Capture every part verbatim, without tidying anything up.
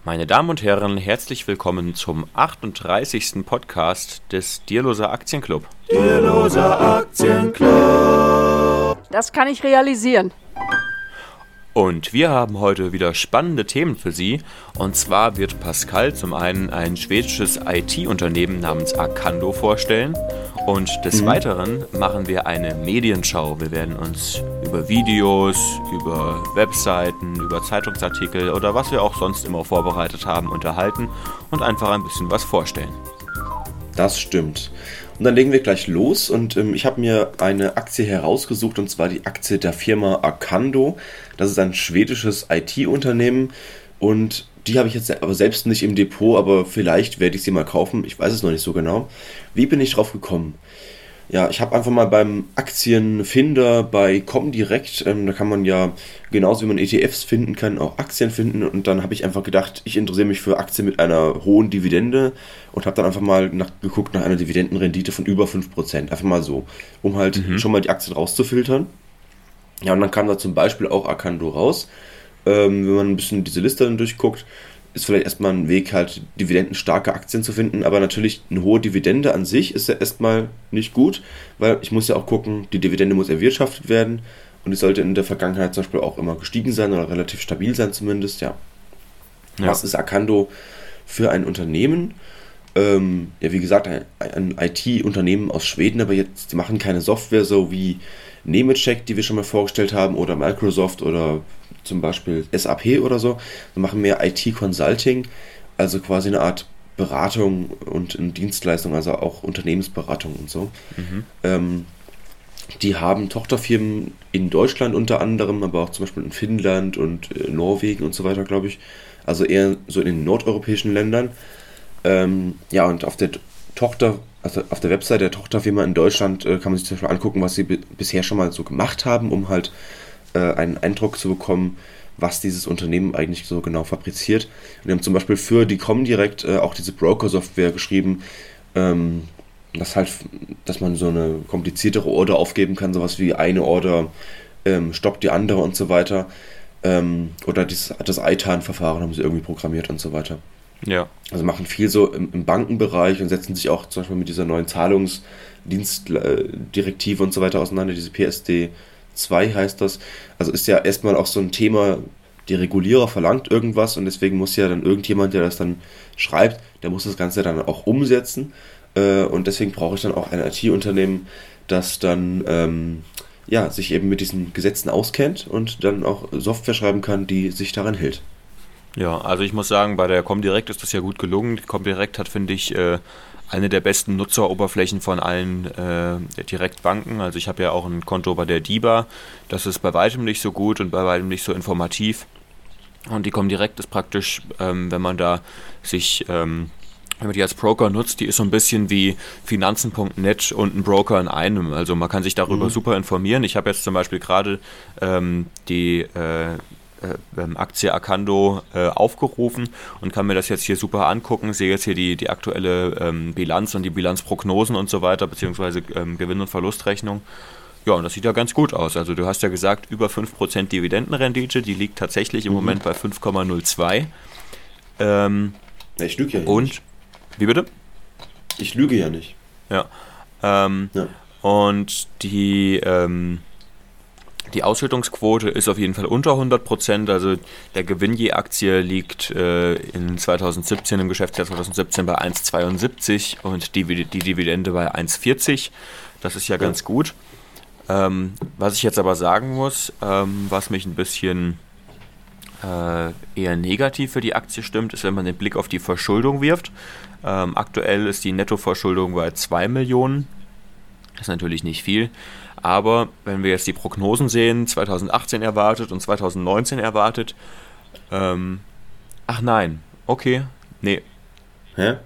Meine Damen und Herren, herzlich willkommen zum achtunddreißigsten Podcast des Dierloser Aktienclub. Dierloser Aktienclub. Das kann ich realisieren. Und wir haben heute wieder spannende Themen für Sie. Und zwar wird Pascal zum einen ein schwedisches I T-Unternehmen namens Acando vorstellen. Und des mhm. Weiteren machen wir eine Medienschau. Wir werden uns über Videos, über Webseiten, über Zeitungsartikel oder was wir auch sonst immer vorbereitet haben, unterhalten und einfach ein bisschen was vorstellen. Das stimmt. Und dann legen wir gleich los und ähm, ich habe mir eine Aktie herausgesucht, und zwar die Aktie der Firma Acando. Das ist ein schwedisches I T-Unternehmen und die habe ich jetzt aber selbst nicht im Depot, aber vielleicht werde ich sie mal kaufen. Ich weiß es noch nicht so genau. Wie bin ich drauf gekommen? Ja, ich habe einfach mal beim Aktienfinder bei Comdirect, ähm, da kann man ja genauso wie man E T Fs finden kann, auch Aktien finden, und dann habe ich einfach gedacht, ich interessiere mich für Aktien mit einer hohen Dividende und habe dann einfach mal nach, geguckt nach einer Dividendenrendite von über fünf Prozent, einfach mal so, um halt mhm. schon mal die Aktien rauszufiltern. Ja, und dann kam da zum Beispiel auch Acando raus. Ähm, wenn man ein bisschen diese Liste dann durchguckt, ist vielleicht erstmal ein Weg, halt dividendenstarke Aktien zu finden, aber natürlich eine hohe Dividende an sich ist ja erstmal nicht gut, weil ich muss ja auch gucken, die Dividende muss erwirtschaftet werden und die sollte in der Vergangenheit zum Beispiel auch immer gestiegen sein oder relativ stabil sein zumindest, ja. ja. Was ist Acando für ein Unternehmen? Ähm, ja, wie gesagt, ein, ein I T-Unternehmen aus Schweden, aber jetzt, die machen keine Software so wie Nemetschek, die wir schon mal vorgestellt haben, oder Microsoft oder zum Beispiel S A P oder so. Wir machen mehr I T-Consulting, also quasi eine Art Beratung und eine Dienstleistung, also auch Unternehmensberatung und so. Mhm. Ähm, die haben Tochterfirmen in Deutschland unter anderem, aber auch zum Beispiel in Finnland und äh, Norwegen und so weiter, glaube ich. Also eher so in den nordeuropäischen Ländern. Ähm, ja, und auf der Tochter, also auf der Website der Tochterfirma in Deutschland äh, kann man sich zum Beispiel angucken, was sie b- bisher schon mal so gemacht haben, um halt äh, einen Eindruck zu bekommen, was dieses Unternehmen eigentlich so genau fabriziert. Und wir haben zum Beispiel für die Comdirect äh, auch diese Broker-Software geschrieben, ähm, dass halt, dass man so eine kompliziertere Order aufgeben kann, sowas wie eine Order ähm, stoppt die andere und so weiter. Ähm, oder dieses, das I T A N-Verfahren haben sie irgendwie programmiert und so weiter. Ja. Also machen viel so im, im Bankenbereich und setzen sich auch zum Beispiel mit dieser neuen Zahlungsdienstdirektive und so weiter auseinander, diese P S D zwei heißt das. Also ist ja erstmal auch so ein Thema, die Regulierer verlangt irgendwas und deswegen muss ja dann irgendjemand, der das dann schreibt, der muss das Ganze dann auch umsetzen, äh, und deswegen brauche ich dann auch ein I T-Unternehmen, das dann ähm, ja, sich eben mit diesen Gesetzen auskennt und dann auch Software schreiben kann, die sich daran hält. Ja, also ich muss sagen, bei der Comdirect ist das ja gut gelungen. Die Comdirect hat, finde ich, äh, eine der besten Nutzeroberflächen von allen äh, Direktbanken. Also ich habe ja auch ein Konto bei der D I B A. Das ist bei weitem nicht so gut und bei weitem nicht so informativ. Und die Comdirect ist praktisch, ähm, wenn man da sich, ähm, wenn man die als Broker nutzt, die ist so ein bisschen wie Finanzen Punkt net und ein Broker in einem. Also man kann sich darüber mhm. super informieren. Ich habe jetzt zum Beispiel gerade ähm, die äh, Ähm, Aktie Acando äh, aufgerufen und kann mir das jetzt hier super angucken, sehe jetzt hier die, die aktuelle ähm, Bilanz und die Bilanzprognosen und so weiter, beziehungsweise ähm, Gewinn- und Verlustrechnung. Ja, und das sieht ja ganz gut aus. Also du hast ja gesagt, über fünf Prozent Dividendenrendite, die liegt tatsächlich im mhm. Moment bei fünf Komma null zwei. Ähm, ja, ich lüge ja und, nicht. Wie bitte? Ich lüge ja nicht. Ja. Ähm, ja. Und die... Ähm, Die Ausschüttungsquote ist auf jeden Fall unter hundert Prozent, also der Gewinn je Aktie liegt äh, in zweitausendsiebzehn, im Geschäftsjahr zweitausendsiebzehn bei eins Komma zweiundsiebzig und die, die Dividende bei eins Komma vierzig. Das ist ja ganz ja. gut. Ähm, was ich jetzt aber sagen muss, ähm, was mich ein bisschen äh, eher negativ für die Aktie stimmt, ist, wenn man den Blick auf die Verschuldung wirft. Ähm, aktuell ist die Nettoverschuldung bei zwei Millionen. Das ist natürlich nicht viel. Aber wenn wir jetzt die Prognosen sehen, zweitausendachtzehn erwartet und zweitausendneunzehn erwartet, ähm, ach nein, okay, nee. Hä?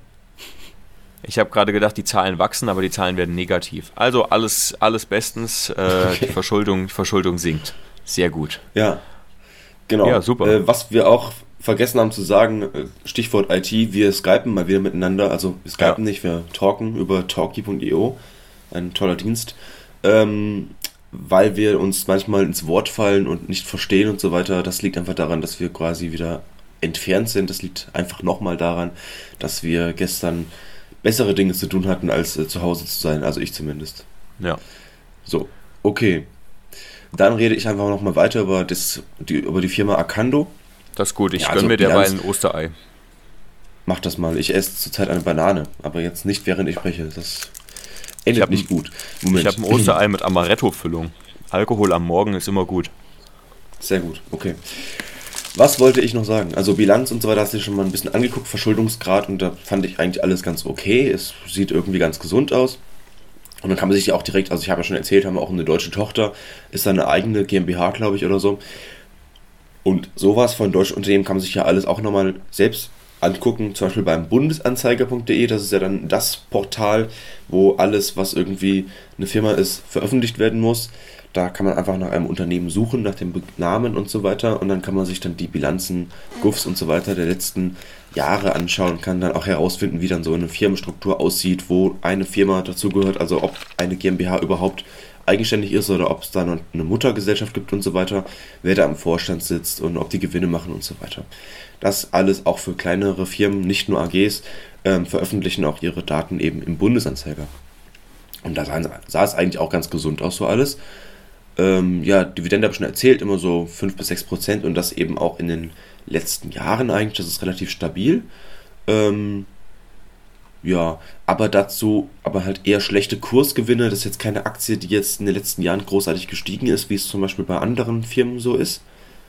Ich habe gerade gedacht, die Zahlen wachsen, aber die Zahlen werden negativ. Also alles, alles bestens, äh, okay. die Verschuldung, Verschuldung sinkt. Sehr gut. Ja, genau. Ja, super. Äh, was wir auch vergessen haben zu sagen, Stichwort I T, wir skypen mal wieder miteinander, also wir skypen ja. nicht, wir talken über talkie punkt io, ein toller Dienst. Ähm, weil wir uns manchmal ins Wort fallen und nicht verstehen und so weiter. Das liegt einfach daran, dass wir quasi wieder entfernt sind. Das liegt einfach nochmal daran, dass wir gestern bessere Dinge zu tun hatten, als äh, zu Hause zu sein. Also ich zumindest. Ja. So, okay. Dann rede ich einfach nochmal weiter über, das, die, über die Firma Acando. Das ist gut, ich Ja, gönne also mir derweil Bilanz- ein Osterei. Mach das mal. Ich esse zurzeit eine Banane, aber jetzt nicht, während ich spreche. Das Ich endet hab nicht ein- gut. Moment. Ich habe ein Osterei mit Amaretto-Füllung. Alkohol am Morgen ist immer gut. Sehr gut, okay. Was wollte ich noch sagen? Also Bilanz und so weiter hast du dir schon mal ein bisschen angeguckt, Verschuldungsgrad, und da fand ich eigentlich alles ganz okay. Es sieht irgendwie ganz gesund aus. Und dann kann man sich ja auch direkt, also ich habe ja schon erzählt, haben wir auch eine deutsche Tochter, ist da eine eigene GmbH, glaube ich, oder so. Und sowas von deutschen Unternehmen kann man sich ja alles auch nochmal selbst angucken, zum Beispiel beim bundesanzeiger punkt de, das ist ja dann das Portal, wo alles, was irgendwie eine Firma ist, veröffentlicht werden muss. Da kann man einfach nach einem Unternehmen suchen, nach dem Be- Namen und so weiter, und dann kann man sich dann die Bilanzen, G U Fs und so weiter der letzten Jahre anschauen und kann dann auch herausfinden, wie dann so eine Firmenstruktur aussieht, wo eine Firma dazugehört, also ob eine GmbH überhaupt eigenständig ist oder ob es da noch eine Muttergesellschaft gibt und so weiter, wer da im Vorstand sitzt und ob die Gewinne machen und so weiter. Das alles auch für kleinere Firmen, nicht nur A Gs, ähm, veröffentlichen auch ihre Daten eben im Bundesanzeiger. Und da sah, sah es eigentlich auch ganz gesund aus, so alles. Ähm, ja, Dividende habe ich schon erzählt, immer so fünf bis sechs Prozent, und das eben auch in den letzten Jahren eigentlich, das ist relativ stabil. Ähm, ja, aber dazu, aber halt eher schlechte Kursgewinne. Das ist jetzt keine Aktie, die jetzt in den letzten Jahren großartig gestiegen ist, wie es zum Beispiel bei anderen Firmen so ist.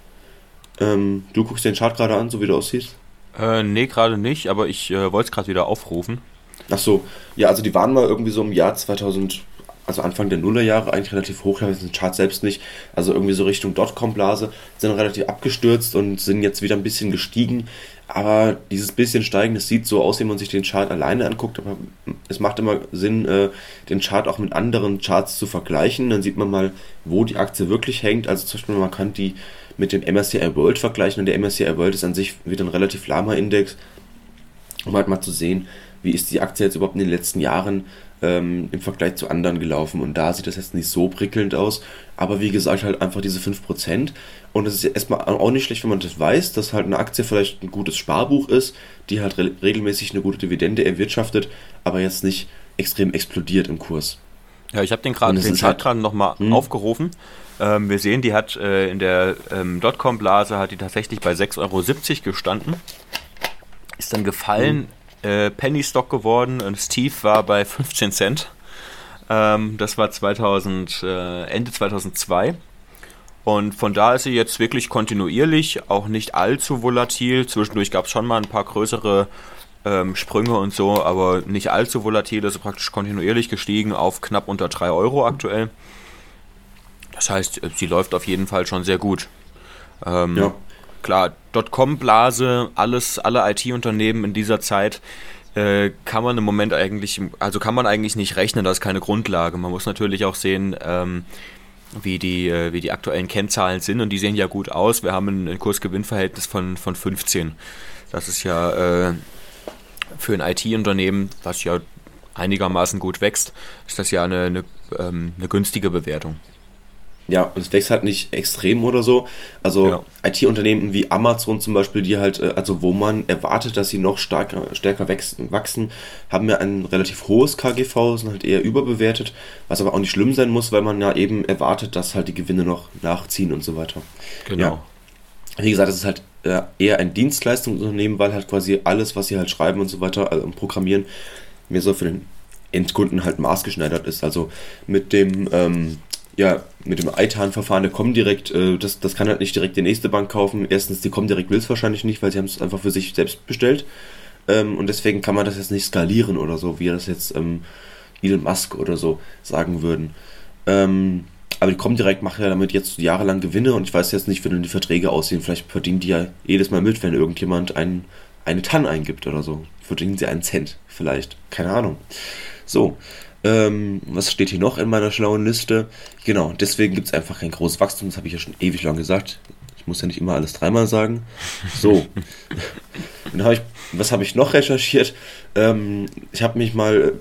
Ähm, du guckst den Chart gerade an, so wie du aussiehst. Äh, nee, gerade nicht, aber ich äh, wollte es gerade wieder aufrufen. Ach so, ja, also die waren mal irgendwie so im Jahr zweitausend, also Anfang der Nullerjahre eigentlich relativ hoch, ich habe jetzt den Chart selbst nicht, also irgendwie so Richtung Dotcom-Blase, sind relativ abgestürzt und sind jetzt wieder ein bisschen gestiegen, aber dieses bisschen steigen, das sieht so aus, wenn man sich den Chart alleine anguckt, aber es macht immer Sinn, äh, den Chart auch mit anderen Charts zu vergleichen, dann sieht man mal, wo die Aktie wirklich hängt, also zum Beispiel man kann die mit dem M S C I World vergleichen, und der M S C I World ist an sich wieder ein relativ lahmer Index, um halt mal zu sehen, wie ist die Aktie jetzt überhaupt in den letzten Jahren ähm, im Vergleich zu anderen gelaufen. Und da sieht das jetzt nicht so prickelnd aus. Aber wie gesagt, halt einfach diese fünf Prozent. Und es ist ja erstmal auch nicht schlecht, wenn man das weiß, dass halt eine Aktie vielleicht ein gutes Sparbuch ist, die halt re- regelmäßig eine gute Dividende erwirtschaftet, aber jetzt nicht extrem explodiert im Kurs. Ja, ich habe den, grad, Und es den ist Chart halt- gerade nochmal Hm. aufgerufen. Ähm, wir sehen, die hat äh, in der ähm, Dotcom-Blase hat die tatsächlich bei sechs Euro siebzig gestanden. Ist dann gefallen, äh, Penny Stock geworden, und das Tief war bei fünfzehn Cent. Ähm, das war zweitausend, äh, Ende zweitausendzwei. Und von da ist sie jetzt wirklich kontinuierlich, auch nicht allzu volatil. Zwischendurch gab es schon mal ein paar größere ähm, Sprünge und so, aber nicht allzu volatil. Also praktisch kontinuierlich gestiegen auf knapp unter drei Euro aktuell. Das heißt, sie läuft auf jeden Fall schon sehr gut. Ähm, Ja. Klar, Dotcom-Blase, alles, alle I T-Unternehmen in dieser Zeit äh, kann man im Moment eigentlich, also kann man eigentlich nicht rechnen, das ist keine Grundlage. Man muss natürlich auch sehen, ähm, wie die, äh, wie die aktuellen Kennzahlen sind, und die sehen ja gut aus. Wir haben ein, ein Kurs-Gewinn-Verhältnis von, von fünfzehn. Das ist ja äh, für ein I T-Unternehmen, was ja einigermaßen gut wächst, ist das ja eine, eine, ähm, eine günstige Bewertung. Ja, und es wächst halt nicht extrem oder so. Also Ja. I T-Unternehmen wie Amazon zum Beispiel, die halt, äh, also wo man erwartet, dass sie noch stärker, stärker wachsen, wachsen, haben ja ein relativ hohes K G V, sind halt eher überbewertet, was aber auch nicht schlimm sein muss, weil man ja eben erwartet, dass halt die Gewinne noch nachziehen und so weiter. Genau. Ja. Wie gesagt, es ist halt äh, eher ein Dienstleistungsunternehmen, weil halt quasi alles, was sie halt schreiben und so weiter, also programmieren, mehr so für den Endkunden halt maßgeschneidert ist. Also mit dem ähm, ja, mit dem I T A N-Verfahren der Comdirect, äh, das, das kann halt nicht direkt die nächste Bank kaufen. Erstens, die Comdirect will es wahrscheinlich nicht, weil sie haben es einfach für sich selbst bestellt. Ähm, und deswegen kann man das jetzt nicht skalieren oder so, wie das jetzt ähm, Elon Musk oder so sagen würden. Ähm, aber die Comdirect macht ja damit jetzt jahrelang Gewinne, und ich weiß jetzt nicht, wie denn die Verträge aussehen. Vielleicht verdienen die ja jedes Mal mit, wenn irgendjemand ein, eine T A N eingibt oder so. Verdienen sie einen Cent vielleicht. Keine Ahnung. So. Ähm, was steht hier noch in meiner schlauen Liste? Genau, deswegen gibt es einfach kein großes Wachstum, das habe ich ja schon ewig lang gesagt. Ich muss ja nicht immer alles dreimal sagen. So, dann habe ich, was habe ich noch recherchiert? Ähm, ich habe mich mal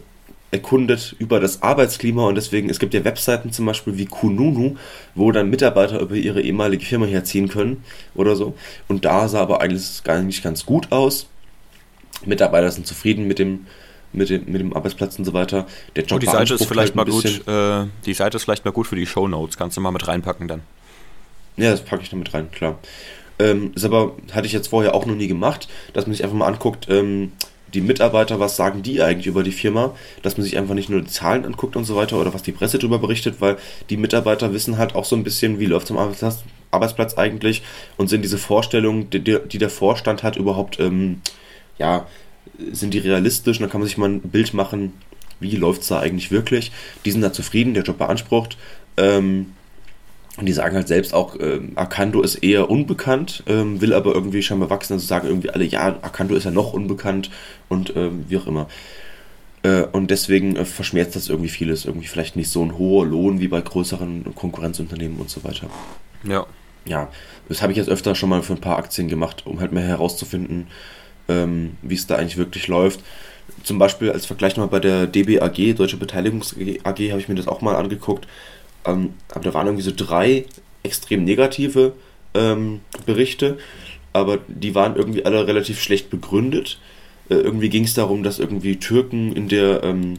erkundet über das Arbeitsklima und deswegen, es gibt ja Webseiten zum Beispiel wie Kununu, wo dann Mitarbeiter über ihre ehemalige Firma herziehen können oder so. Und da sah aber eigentlich gar nicht ganz gut aus. Mitarbeiter sind zufrieden mit dem, mit dem, mit dem Arbeitsplatz und so weiter. Der Job und die Seite ist vielleicht halt mal gut, äh, die Seite ist vielleicht mal gut für die Shownotes, kannst du mal mit reinpacken dann. Ja, das packe ich dann mit rein, klar. Ähm, ist aber, hatte ich jetzt vorher auch noch nie gemacht, dass man sich einfach mal anguckt, ähm, die Mitarbeiter, was sagen die eigentlich über die Firma, dass man sich einfach nicht nur die Zahlen anguckt und so weiter oder was die Presse darüber berichtet, weil die Mitarbeiter wissen halt auch so ein bisschen, wie läuft es am Arbeitsplatz, Arbeitsplatz eigentlich und sind diese Vorstellungen, die, die der Vorstand hat, überhaupt, ähm, ja, sind die realistisch und dann kann man sich mal ein Bild machen, wie läuft es da eigentlich wirklich. Die sind da zufrieden, der Job beansprucht, ähm, und die sagen halt selbst auch, ähm, Arcando ist eher unbekannt, ähm, will aber irgendwie scheinbar wachsen. Also sagen irgendwie alle, ja, Arcando ist ja noch unbekannt und ähm, wie auch immer. Äh, und deswegen äh, verschmerzt das irgendwie vieles. Irgendwie vielleicht nicht so ein hoher Lohn wie bei größeren Konkurrenzunternehmen und so weiter. Ja. Ja, das habe ich jetzt öfter schon mal für ein paar Aktien gemacht, um halt mehr herauszufinden, ähm, wie es da eigentlich wirklich läuft. Zum Beispiel als Vergleich nochmal bei der D B A G, Deutsche Beteiligungs A G, habe ich mir das auch mal angeguckt. Ähm, aber da waren irgendwie so drei extrem negative ähm, Berichte, aber die waren irgendwie alle relativ schlecht begründet. Äh, irgendwie ging es darum, dass irgendwie Türken in der ähm,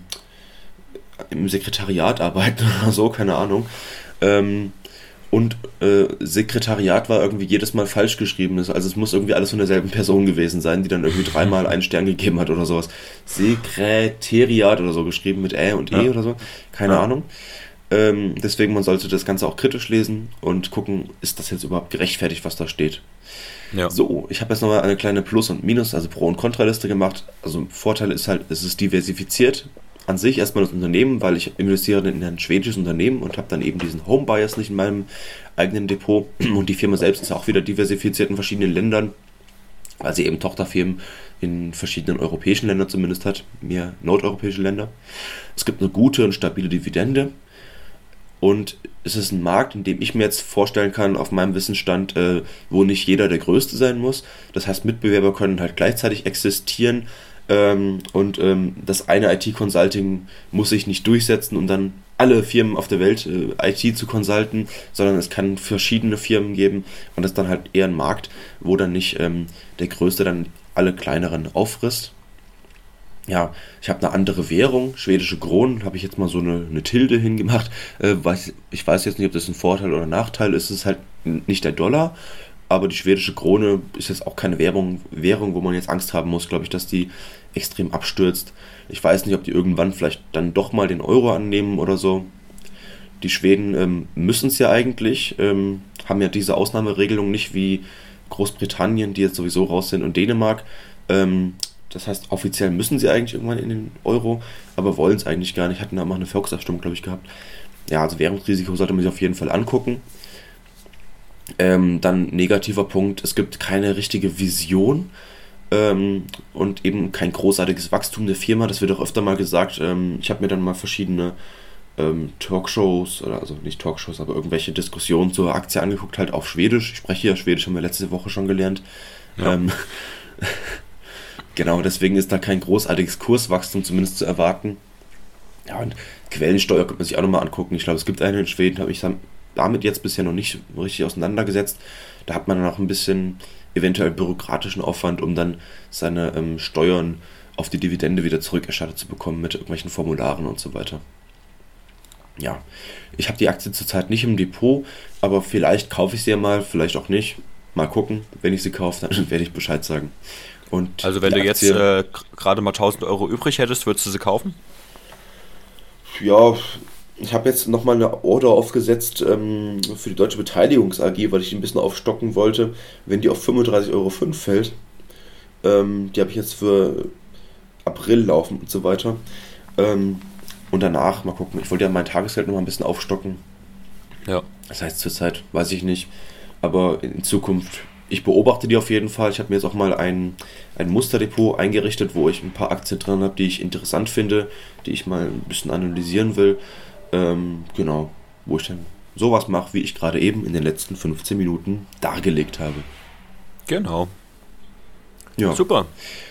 im Sekretariat arbeiten oder so, keine Ahnung. Ähm, und äh, Sekretariat war irgendwie jedes Mal falsch geschrieben. Also es muss irgendwie alles von derselben Person gewesen sein, die dann irgendwie dreimal einen Stern gegeben hat oder sowas. Sekretariat oder so geschrieben mit Ä und E ja. oder so, keine ja. Ahnung. Ähm, deswegen, man sollte das Ganze auch kritisch lesen und gucken, ist das jetzt überhaupt gerechtfertigt, was da steht. Ja. So, ich habe jetzt nochmal eine kleine Plus- und Minus-, also Pro- und Kontraliste gemacht. Also Vorteil ist halt, es ist diversifiziert. An sich erstmal das Unternehmen, weil ich investiere in ein schwedisches Unternehmen und habe dann eben diesen Home-Bias nicht in meinem eigenen Depot. Und die Firma selbst ist auch wieder diversifiziert in verschiedenen Ländern, weil sie eben Tochterfirmen in verschiedenen europäischen Ländern zumindest hat, mehr nordeuropäische Länder. Es gibt eine gute und stabile Dividende. Und es ist ein Markt, in dem ich mir jetzt vorstellen kann, auf meinem Wissensstand, äh, wo nicht jeder der Größte sein muss. Das heißt, Mitbewerber können halt gleichzeitig existieren ähm, und ähm, das eine I T-Consulting muss sich nicht durchsetzen, um dann alle Firmen auf der Welt äh, I T zu consulten, sondern es kann verschiedene Firmen geben und das ist dann halt eher ein Markt, wo dann nicht ähm, der Größte dann alle kleineren auffrisst. Ja, ich habe eine andere Währung, schwedische Kronen, habe ich jetzt mal so eine, eine Tilde hingemacht. Äh, weiß, ich weiß jetzt nicht, ob das ein Vorteil oder ein Nachteil ist. Es ist halt nicht der Dollar, aber die schwedische Krone ist jetzt auch keine Währung, Währung, wo man jetzt Angst haben muss, glaube ich, dass die extrem abstürzt. Ich weiß nicht, ob die irgendwann vielleicht dann doch mal den Euro annehmen oder so. Die Schweden ähm, müssen es ja eigentlich, ähm, haben ja diese Ausnahmeregelung nicht wie Großbritannien, die jetzt sowieso raus sind, und Dänemark. Ähm, Das heißt, offiziell müssen sie eigentlich irgendwann in den Euro, aber wollen es eigentlich gar nicht. Hatten da mal eine Volksabstimmung, glaube ich, gehabt. Ja, also Währungsrisiko sollte man sich auf jeden Fall angucken. Ähm, dann negativer Punkt, es gibt keine richtige Vision ähm, und eben kein großartiges Wachstum der Firma. Das wird auch öfter mal gesagt. Ähm, ich habe mir dann mal verschiedene ähm, Talkshows, oder also nicht Talkshows, aber irgendwelche Diskussionen zur Aktie angeguckt, halt auf Schwedisch. Ich spreche ja Schwedisch, haben wir letzte Woche schon gelernt. Ja. Ähm, Genau, deswegen ist da kein großartiges Kurswachstum zumindest zu erwarten. Ja, und Quellensteuer könnte man sich auch nochmal angucken. Ich glaube, es gibt eine in Schweden, habe ich damit jetzt bisher noch nicht richtig auseinandergesetzt. Da hat man dann auch ein bisschen eventuell bürokratischen Aufwand, um dann seine ähm, Steuern auf die Dividende wieder zurückerstattet zu bekommen mit irgendwelchen Formularen und so weiter. Ja, ich habe die Aktie zurzeit nicht im Depot, aber vielleicht kaufe ich sie ja mal, vielleicht auch nicht. Mal gucken, wenn ich sie kaufe, dann werde ich Bescheid sagen. Und also wenn du jetzt äh, gerade mal tausend Euro übrig hättest, würdest du sie kaufen? Ja, ich habe jetzt nochmal eine Order aufgesetzt ähm, für die Deutsche Beteiligungs A G, weil ich die ein bisschen aufstocken wollte, wenn die auf fünfunddreißig Euro fünf fällt. Ähm, die habe ich jetzt für April laufen und so weiter. Ähm, und danach, mal gucken, ich wollte ja mein Tagesgeld nochmal ein bisschen aufstocken. Ja. Das heißt zurzeit, weiß ich nicht, aber in Zukunft... Ich beobachte die auf jeden Fall. Ich habe mir jetzt auch mal ein, ein Musterdepot eingerichtet, wo ich ein paar Aktien drin habe, die ich interessant finde, die ich mal ein bisschen analysieren will. Ähm, genau, wo ich dann sowas mache, wie ich gerade eben in den letzten fünfzehn Minuten dargelegt habe. Genau. Ja. Super.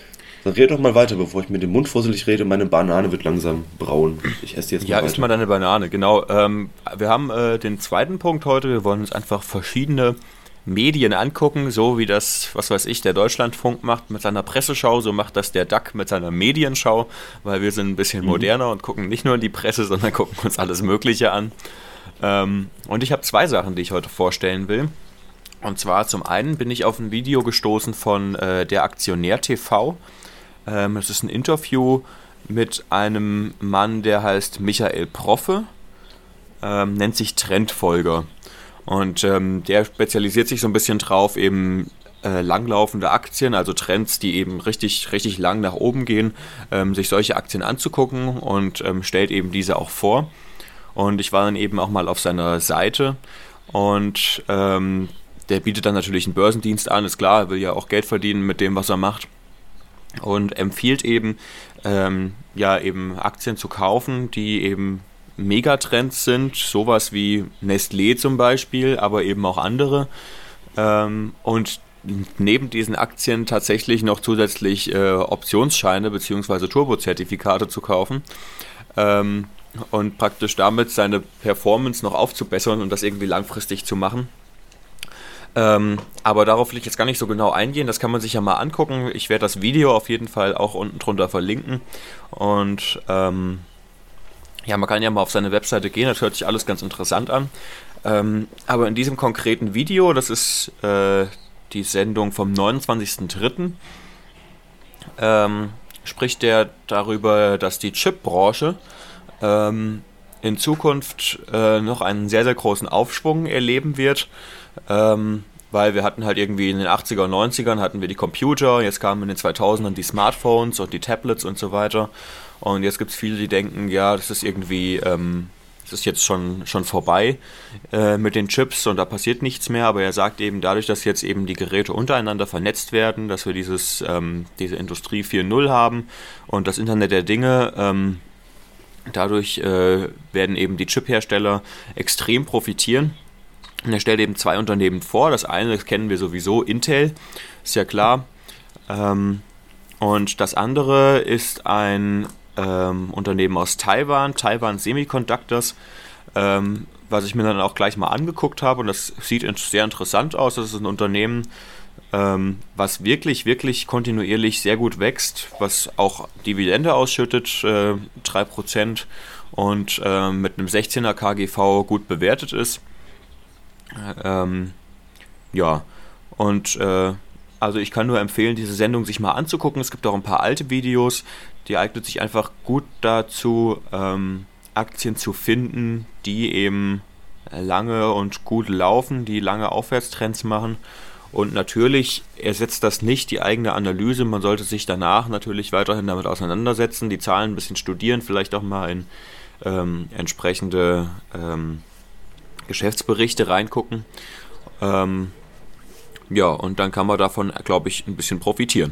Dann red doch mal weiter, bevor ich mit dem Mund fusselig rede. Meine Banane wird langsam braun. Ich esse jetzt mal Ja, weiter. isst mal deine Banane, genau. Ähm, wir haben äh, den zweiten Punkt heute. Wir wollen uns einfach verschiedene Medien angucken, so wie das, was weiß ich, der Deutschlandfunk macht mit seiner Presseschau, so macht das der D A C mit seiner Medienschau, weil wir sind ein bisschen Mhm. moderner und gucken nicht nur in die Presse, sondern gucken uns alles Mögliche an. Ähm, und ich habe zwei Sachen, die ich heute vorstellen will. Und zwar zum einen bin ich auf ein Video gestoßen von äh, der Aktionär T V. Ähm, das ist ein Interview mit einem Mann, der heißt Michael Proffe, ähm, nennt sich Trendfolger. Und ähm, der spezialisiert sich so ein bisschen drauf, eben äh, langlaufende Aktien, also Trends, die eben richtig, richtig lang nach oben gehen, ähm, sich solche Aktien anzugucken und ähm, stellt eben diese auch vor. Und ich war dann eben auch mal auf seiner Seite und ähm, der bietet dann natürlich einen Börsendienst an, ist klar, er will ja auch Geld verdienen mit dem, was er macht. Und empfiehlt eben, ähm, ja, eben Aktien zu kaufen, die eben Megatrends sind, sowas wie Nestlé zum Beispiel, aber eben auch andere. Ähm, und neben diesen Aktien tatsächlich noch zusätzlich äh, Optionsscheine bzw. Turbozertifikate zu kaufen. Ähm, und praktisch damit seine Performance noch aufzubessern und das irgendwie langfristig zu machen. Ähm, aber darauf will ich jetzt gar nicht so genau eingehen, das kann man sich ja mal angucken. Ich werde das Video auf jeden Fall auch unten drunter verlinken und ähm, ja, man kann ja mal auf seine Webseite gehen, das hört sich alles ganz interessant an. Ähm, aber in diesem konkreten Video, das ist äh, die Sendung vom neunundzwanzigsten dritten Ähm, spricht er darüber, dass die Chipbranche ähm, in Zukunft äh, noch einen sehr, sehr großen Aufschwung erleben wird. Ähm, weil wir hatten halt irgendwie in den achtziger und neunzigern hatten wir die Computer, jetzt kamen in den zweitausendern die Smartphones und die Tablets und so weiter. Und jetzt gibt es viele, die denken, ja, das ist irgendwie, ähm, das ist jetzt schon, schon vorbei äh, mit den Chips und da passiert nichts mehr. Aber er sagt eben, dadurch, dass jetzt eben die Geräte untereinander vernetzt werden, dass wir dieses, ähm, diese Industrie vier Punkt null haben und das Internet der Dinge, ähm, dadurch äh, werden eben die Chip-Hersteller extrem profitieren. Und er stellt eben zwei Unternehmen vor. Das eine, das kennen wir sowieso, Intel, ist ja klar. Ähm, und das andere ist ein ähm, Unternehmen aus Taiwan, Taiwan Semiconductors, ähm, was ich mir dann auch gleich mal angeguckt habe. Und das sieht sehr interessant aus. Das ist ein Unternehmen, ähm, was wirklich, wirklich kontinuierlich sehr gut wächst, was auch Dividende ausschüttet, äh, drei Prozent und äh, mit einem sechzehner K G V gut bewertet ist. Ähm, ja, und äh, also ich kann nur empfehlen, diese Sendung sich mal anzugucken. Es gibt auch ein paar alte Videos, die eignet sich einfach gut dazu, ähm, Aktien zu finden, die eben lange und gut laufen, die lange Aufwärtstrends machen. Und natürlich ersetzt das nicht die eigene Analyse. Man sollte sich danach natürlich weiterhin damit auseinandersetzen, die Zahlen ein bisschen studieren, vielleicht auch mal in ähm, entsprechende ähm, Geschäftsberichte reingucken. Ähm, ja, und dann kann man davon, glaube ich, ein bisschen profitieren.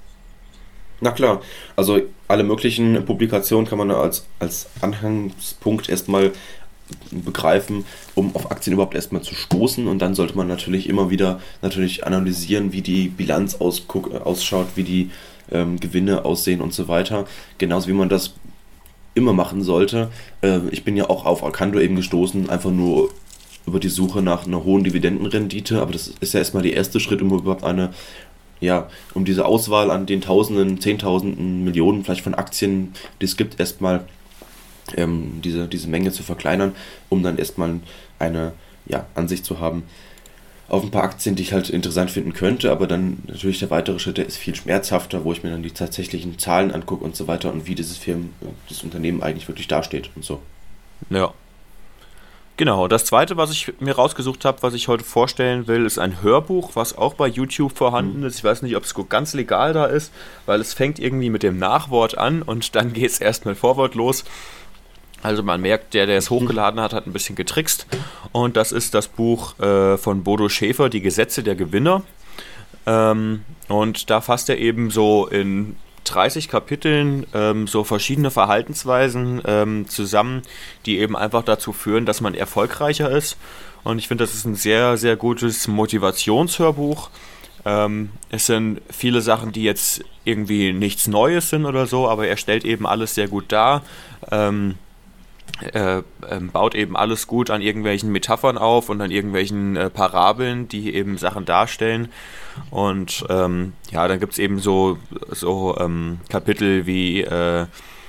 Na klar, also alle möglichen Publikationen kann man als, als Anhangspunkt erstmal begreifen, um auf Aktien überhaupt erstmal zu stoßen, und dann sollte man natürlich immer wieder natürlich analysieren, wie die Bilanz ausguck, ausschaut, wie die ähm, Gewinne aussehen und so weiter, genauso wie man das immer machen sollte. Äh, ich bin ja auch auf Arcando eben gestoßen, einfach nur über die Suche nach einer hohen Dividendenrendite, aber das ist ja erstmal der erste Schritt, um überhaupt eine, ja, um diese Auswahl an den Tausenden, Zehntausenden, Millionen vielleicht von Aktien, die es gibt, erstmal ähm, diese, diese Menge zu verkleinern, um dann erstmal eine, ja, Ansicht zu haben auf ein paar Aktien, die ich halt interessant finden könnte, aber dann natürlich der weitere Schritt, der ist viel schmerzhafter, wo ich mir dann die tatsächlichen Zahlen angucke und so weiter und wie dieses Firmen, das Unternehmen eigentlich wirklich dasteht und so. Ja. Genau, das zweite, was ich mir rausgesucht habe, was ich heute vorstellen will, ist ein Hörbuch, was auch bei YouTube vorhanden ist. Ich weiß nicht, ob es ganz legal da ist, weil es fängt irgendwie mit dem Nachwort an und dann geht es erst mit Vorwort los. Also man merkt, der, der es hochgeladen hat, hat ein bisschen getrickst. Und das ist das Buch äh, von Bodo Schäfer, Die Gesetze der Gewinner. Ähm, und da fasst er eben so in dreißig Kapiteln ähm, so verschiedene Verhaltensweisen ähm, zusammen, die eben einfach dazu führen, dass man erfolgreicher ist. Und ich finde, das ist ein sehr, sehr gutes Motivationshörbuch. Ähm, es sind viele Sachen, die jetzt irgendwie nichts Neues sind oder so, aber er stellt eben alles sehr gut dar. Ähm, äh, ähm, baut eben alles gut an irgendwelchen Metaphern auf und an irgendwelchen äh, Parabeln, die eben Sachen darstellen. Und ähm, ja, dann gibt es eben so, so ähm, Kapitel wie äh,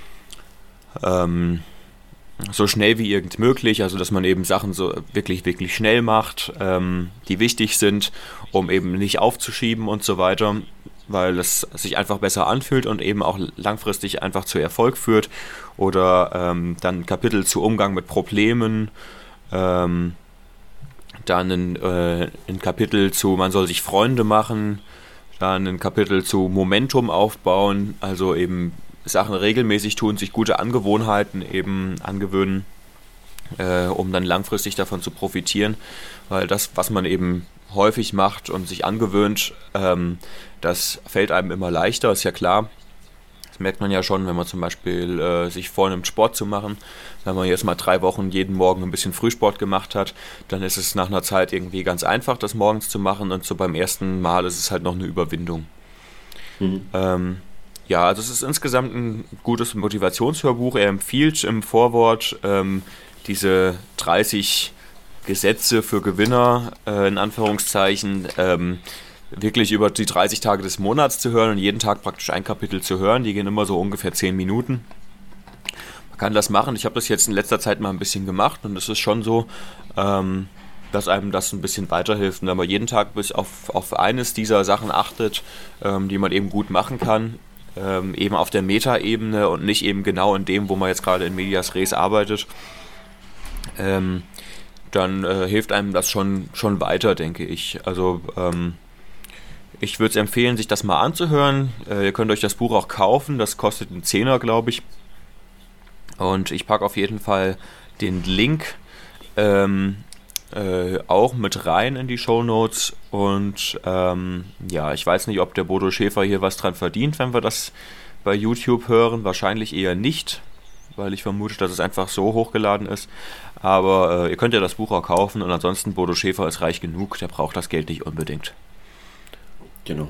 ähm, so schnell wie irgend möglich, also dass man eben Sachen so wirklich, wirklich schnell macht, ähm, die wichtig sind, um eben nicht aufzuschieben und so weiter, weil es sich einfach besser anfühlt und eben auch langfristig einfach zu Erfolg führt. Oder ähm, dann Kapitel zu Umgang mit Problemen, ähm, dann ein, äh, ein Kapitel zu man soll sich Freunde machen, dann ein Kapitel zu Momentum aufbauen, also eben Sachen regelmäßig tun, sich gute Angewohnheiten eben angewöhnen, äh, um dann langfristig davon zu profitieren, weil das, was man eben häufig macht und sich angewöhnt, ähm, das fällt einem immer leichter, ist ja klar. Das merkt man ja schon, wenn man zum Beispiel äh, sich vornimmt, Sport zu machen. Wenn man jetzt mal drei Wochen jeden Morgen ein bisschen Frühsport gemacht hat, dann ist es nach einer Zeit irgendwie ganz einfach, das morgens zu machen, und so beim ersten Mal ist es halt noch eine Überwindung. Mhm. Ähm, Ja, also es ist insgesamt ein gutes Motivationshörbuch. Er empfiehlt im Vorwort ähm, diese dreißig Gesetze für Gewinner, äh, in Anführungszeichen, ähm, wirklich über die dreißig Tage des Monats zu hören und jeden Tag praktisch ein Kapitel zu hören. Die gehen immer so ungefähr zehn Minuten. Man kann das machen. Ich habe das jetzt in letzter Zeit mal ein bisschen gemacht und es ist schon so, ähm, dass einem das ein bisschen weiterhilft. Und wenn man jeden Tag bis auf, auf eines dieser Sachen achtet, ähm, die man eben gut machen kann, Ähm, eben auf der Meta-Ebene und nicht eben genau in dem, wo man jetzt gerade in Medias Res arbeitet, ähm, dann äh, hilft einem das schon, schon weiter, denke ich. Also ähm, ich würde es empfehlen, sich das mal anzuhören. Äh, ihr könnt euch das Buch auch kaufen, das kostet einen Zehner, glaube ich. Und ich packe auf jeden Fall den Link ähm, Äh, auch mit rein in die Shownotes. Und ähm, ja, ich weiß nicht, ob der Bodo Schäfer hier was dran verdient, wenn wir das bei YouTube hören. Wahrscheinlich eher nicht, weil ich vermute, dass es einfach so hochgeladen ist. Aber äh, ihr könnt ja das Buch auch kaufen, und ansonsten, Bodo Schäfer ist reich genug, der braucht das Geld nicht unbedingt. Genau.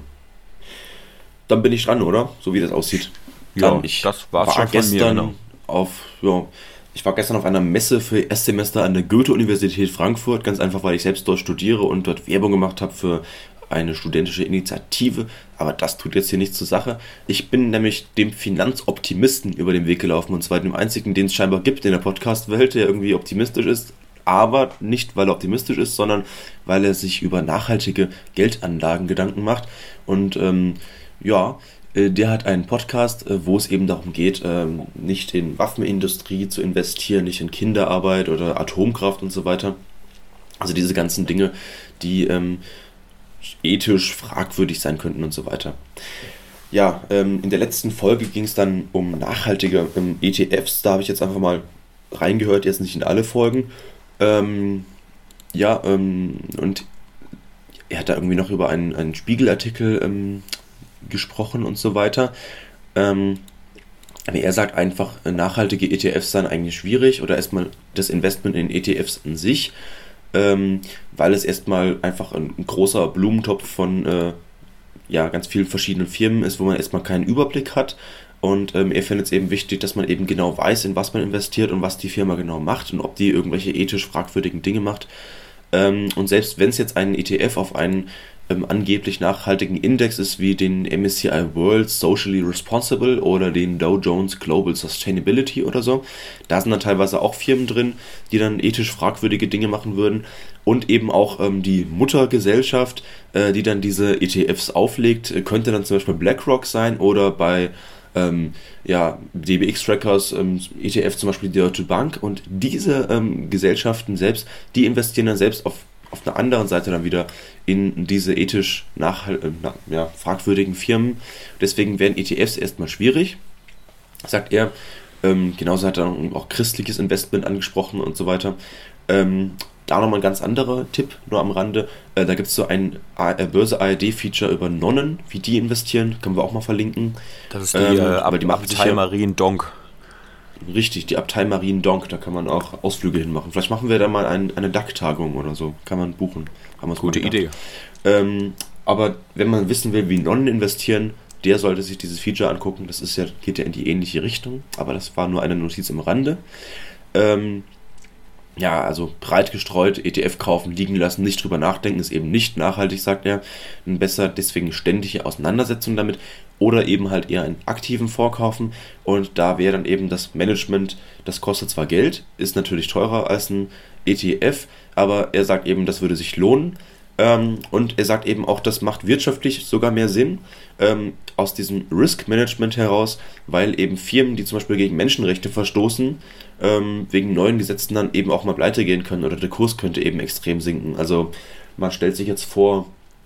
Dann bin ich dran, oder? So wie das aussieht. Ja, Dann, ich das war's war schon von gestern mir, genau. auf, ja, ich war gestern auf einer Messe für Erstsemester an der Goethe-Universität Frankfurt, ganz einfach, weil ich selbst dort studiere und dort Werbung gemacht habe für eine studentische Initiative, aber das tut jetzt hier nichts zur Sache. Ich bin nämlich dem Finanzoptimisten über den Weg gelaufen, und zwar dem einzigen, den es scheinbar gibt in der Podcast-Welt, der irgendwie optimistisch ist, aber nicht, weil er optimistisch ist, sondern weil er sich über nachhaltige Geldanlagen Gedanken macht. Und ähm, ja, der hat einen Podcast, wo es eben darum geht, nicht in Waffenindustrie zu investieren, nicht in Kinderarbeit oder Atomkraft und so weiter. Also diese ganzen Dinge, die ähm, ethisch fragwürdig sein könnten und so weiter. Ja, ähm, in der letzten Folge ging es dann um nachhaltige ähm, E T Fs. Da habe ich jetzt einfach mal reingehört, jetzt nicht in alle Folgen. Ähm, ja, ähm, und er hat da irgendwie noch über einen, einen Spiegelartikel ähm, gesprochen und so weiter. Ähm, aber er sagt einfach, nachhaltige E T Fs seien eigentlich schwierig, oder erstmal das Investment in E T Fs an sich, ähm, weil es erstmal einfach ein, ein großer Blumentopf von äh, ja, ganz vielen verschiedenen Firmen ist, wo man erstmal keinen Überblick hat. Und ähm, er findet es eben wichtig, dass man eben genau weiß, in was man investiert und was die Firma genau macht und ob die irgendwelche ethisch fragwürdigen Dinge macht. Ähm, und selbst wenn es jetzt einen E T F auf einen ähm, angeblich nachhaltigen Index ist, wie den M S C I World Socially Responsible oder den Dow Jones Global Sustainability oder so, da sind dann teilweise auch Firmen drin, die dann ethisch fragwürdige Dinge machen würden, und eben auch ähm, die Muttergesellschaft, äh, die dann diese E T Fs auflegt, äh, könnte dann zum Beispiel BlackRock sein, oder bei Ähm, ja, D B X-Trackers, ähm, E T F zum Beispiel die Deutsche Bank, und diese ähm, Gesellschaften selbst, die investieren dann selbst auf, auf einer anderen Seite dann wieder in diese ethisch nachhalt, äh, na, ja, fragwürdigen Firmen. Deswegen wären E T Fs erstmal schwierig, sagt er. Ähm, genauso hat er auch christliches Investment angesprochen und so weiter. Ähm, Da nochmal ein ganz anderer Tipp, nur am Rande. Äh, da gibt es so ein Börse-A R D-Feature über Nonnen, wie die investieren. Können wir auch mal verlinken. Das ist die, ähm, äh, aber die Abtei Mariendonk. Richtig, die Abtei Mariendonk. Da kann man auch Ausflüge hinmachen. Vielleicht machen wir da mal ein, eine D A C-Tagung oder so. Kann man buchen. Haben Gute Idee. Ähm, aber wenn man wissen will, wie Nonnen investieren, der sollte sich dieses Feature angucken. Das ist ja, geht ja in die ähnliche Richtung, aber das war nur eine Notiz am Rande. Ähm, ja, also breit gestreut, E T F kaufen, liegen lassen, nicht drüber nachdenken, ist eben nicht nachhaltig, sagt er. Besser deswegen ständige Auseinandersetzung damit oder eben halt eher einen aktiven Vorkaufen. Und da wäre dann eben das Management, das kostet zwar Geld, ist natürlich teurer als ein E T F, aber er sagt eben, das würde sich lohnen. Ähm, und er sagt eben auch, das macht wirtschaftlich sogar mehr Sinn, ähm, aus diesem Risk Management heraus, weil eben Firmen, die zum Beispiel gegen Menschenrechte verstoßen, ähm, wegen neuen Gesetzen dann eben auch mal pleite gehen können oder der Kurs könnte eben extrem sinken. Also man stellt sich jetzt vor,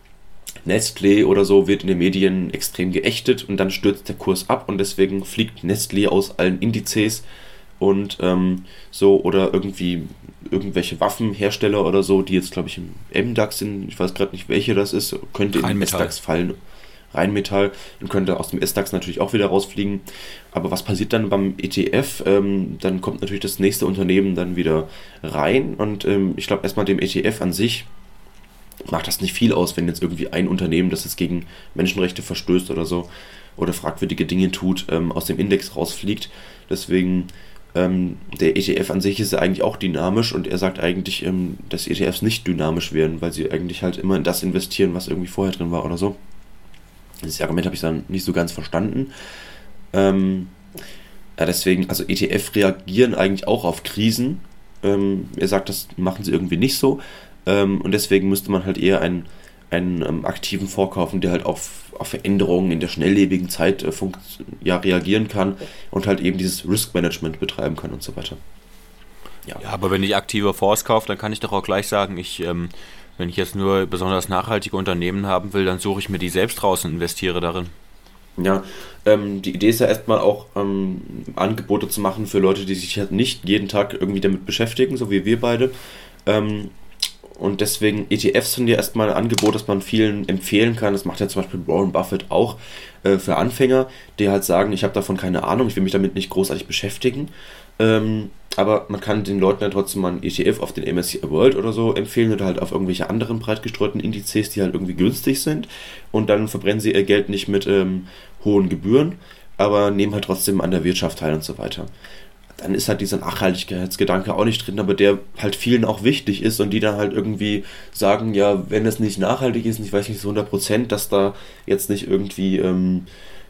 Nestlé oder so wird in den Medien extrem geächtet und dann stürzt der Kurs ab und deswegen fliegt Nestlé aus allen Indizes und ähm, so oder irgendwie irgendwelche Waffenhersteller oder so, die jetzt glaube ich im M DAX sind, ich weiß gerade nicht welche das ist, könnte in den S DAX fallen. Rheinmetall und könnte aus dem S DAX natürlich auch wieder rausfliegen. Aber was passiert dann beim E T F? Ähm, dann kommt natürlich das nächste Unternehmen dann wieder rein und ähm, ich glaube erstmal dem E T F an sich macht das nicht viel aus, wenn jetzt irgendwie ein Unternehmen, das jetzt gegen Menschenrechte verstößt oder so oder fragwürdige Dinge tut, ähm, aus dem Index rausfliegt. Deswegen ähm, der E T F an sich ist ja eigentlich auch dynamisch und er sagt eigentlich, ähm, dass E T Fs nicht dynamisch werden, weil sie eigentlich halt immer in das investieren, was irgendwie vorher drin war oder so. Das Argument habe ich dann nicht so ganz verstanden. Ähm, ja, deswegen, also E T F reagieren eigentlich auch auf Krisen. Ähm, er sagt, das machen sie irgendwie nicht so. Ähm, und deswegen müsste man halt eher einen, einen ähm, aktiven vorkaufen, der halt auf, auf Veränderungen in der schnelllebigen Zeit äh, funkt, ja, reagieren kann und halt eben dieses Risk-Management betreiben kann und so weiter. Ja, ja, aber wenn ich aktive Fonds kaufe, dann kann ich doch auch gleich sagen, ich... Ähm Wenn ich jetzt nur besonders nachhaltige Unternehmen haben will, dann suche ich mir die selbst raus und investiere darin. Ja, ähm, die Idee ist ja erstmal auch, ähm, Angebote zu machen für Leute, die sich halt nicht jeden Tag irgendwie damit beschäftigen, so wie wir beide. Ähm, und deswegen E T Fs sind ja erstmal ein Angebot, das man vielen empfehlen kann. Das macht ja zum Beispiel Warren Buffett auch äh, für Anfänger, die halt sagen, ich habe davon keine Ahnung, ich will mich damit nicht großartig beschäftigen. Ähm, aber man kann den Leuten ja trotzdem mal einen E T F auf den M S C I World oder so empfehlen oder halt auf irgendwelche anderen breit gestreuten Indizes, die halt irgendwie günstig sind und dann verbrennen sie ihr Geld nicht mit ähm, hohen Gebühren, aber nehmen halt trotzdem an der Wirtschaft teil und so weiter. Dann ist halt dieser Nachhaltigkeitsgedanke auch nicht drin, aber der halt vielen auch wichtig ist und die dann halt irgendwie sagen, ja, wenn es nicht nachhaltig ist, und ich weiß nicht so hundert Prozent, dass da jetzt nicht irgendwie ähm,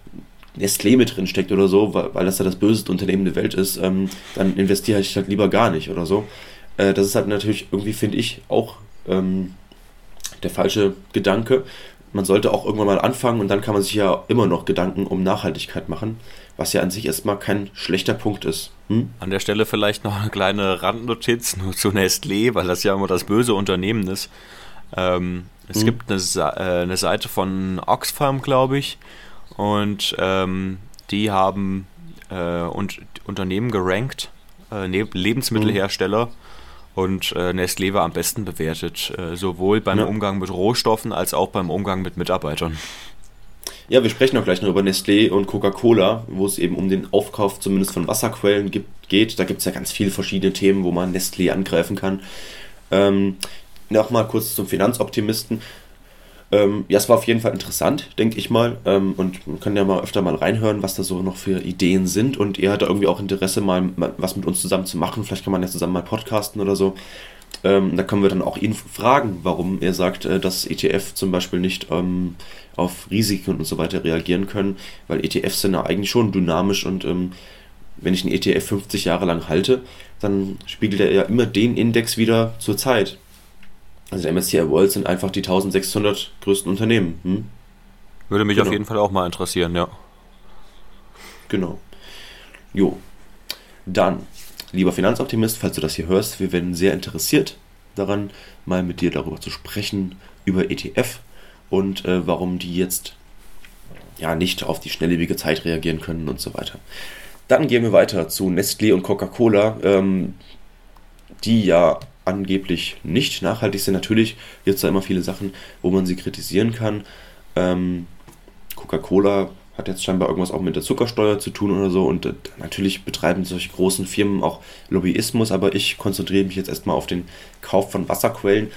Nestlé mit drin steckt oder so, weil, weil das ja das böseste Unternehmen der Welt ist, ähm, dann investiere ich halt lieber gar nicht oder so. Äh, das ist halt natürlich irgendwie, finde ich, auch ähm, der falsche Gedanke. Man sollte auch irgendwann mal anfangen und dann kann man sich ja immer noch Gedanken um Nachhaltigkeit machen, was ja an sich erstmal kein schlechter Punkt ist. Hm? An der Stelle vielleicht noch eine kleine Randnotiz nur zu Nestlé, weil das ja immer das böse Unternehmen ist. Ähm, es hm. gibt eine, äh, eine Seite von Oxfam, glaube ich, und ähm, die haben äh, und, Unternehmen gerankt, äh, Lebensmittelhersteller, mhm. und äh, Nestlé war am besten bewertet, äh, sowohl beim ja. Umgang mit Rohstoffen als auch beim Umgang mit Mitarbeitern. Ja, wir sprechen auch gleich noch über Nestlé und Coca-Cola, wo es eben um den Aufkauf zumindest von Wasserquellen gibt, geht. Da gibt es ja ganz viele verschiedene Themen, wo man Nestlé angreifen kann. Ähm, Nochmal kurz zum Finanzoptimisten. Ähm, ja, es war auf jeden Fall interessant, denke ich mal. Ähm, und man kann ja mal öfter mal reinhören, was da so noch für Ideen sind. Und er hat da irgendwie auch Interesse, mal, mal was mit uns zusammen zu machen. Vielleicht kann man ja zusammen mal podcasten oder so. Ähm, da können wir dann auch ihn fragen, warum er sagt, äh, dass E T F zum Beispiel nicht ähm, auf Risiken und so weiter reagieren können. Weil E T Fs sind ja eigentlich schon dynamisch und ähm, wenn ich einen E T F fünfzig Jahre lang halte, dann spiegelt er ja immer den Index wieder zur Zeit. Also der M S C I World sind einfach die eintausendsechshundert größten Unternehmen. Hm? Würde mich genau. auf jeden Fall auch mal interessieren, ja. Genau. Jo. Dann, lieber Finanzoptimist, falls du das hier hörst, wir werden sehr interessiert daran, mal mit dir darüber zu sprechen, über E T F und äh, warum die jetzt ja nicht auf die schnelllebige Zeit reagieren können und so weiter. Dann gehen wir weiter zu Nestlé und Coca-Cola, ähm, die ja angeblich nicht nachhaltig sind. Natürlich gibt es da immer viele Sachen, wo man sie kritisieren kann. Ähm, Coca-Cola hat jetzt scheinbar irgendwas auch mit der Zuckersteuer zu tun oder so und äh, natürlich betreiben solche großen Firmen auch Lobbyismus, aber ich konzentriere mich jetzt erstmal auf den Kauf von Wasserquellen.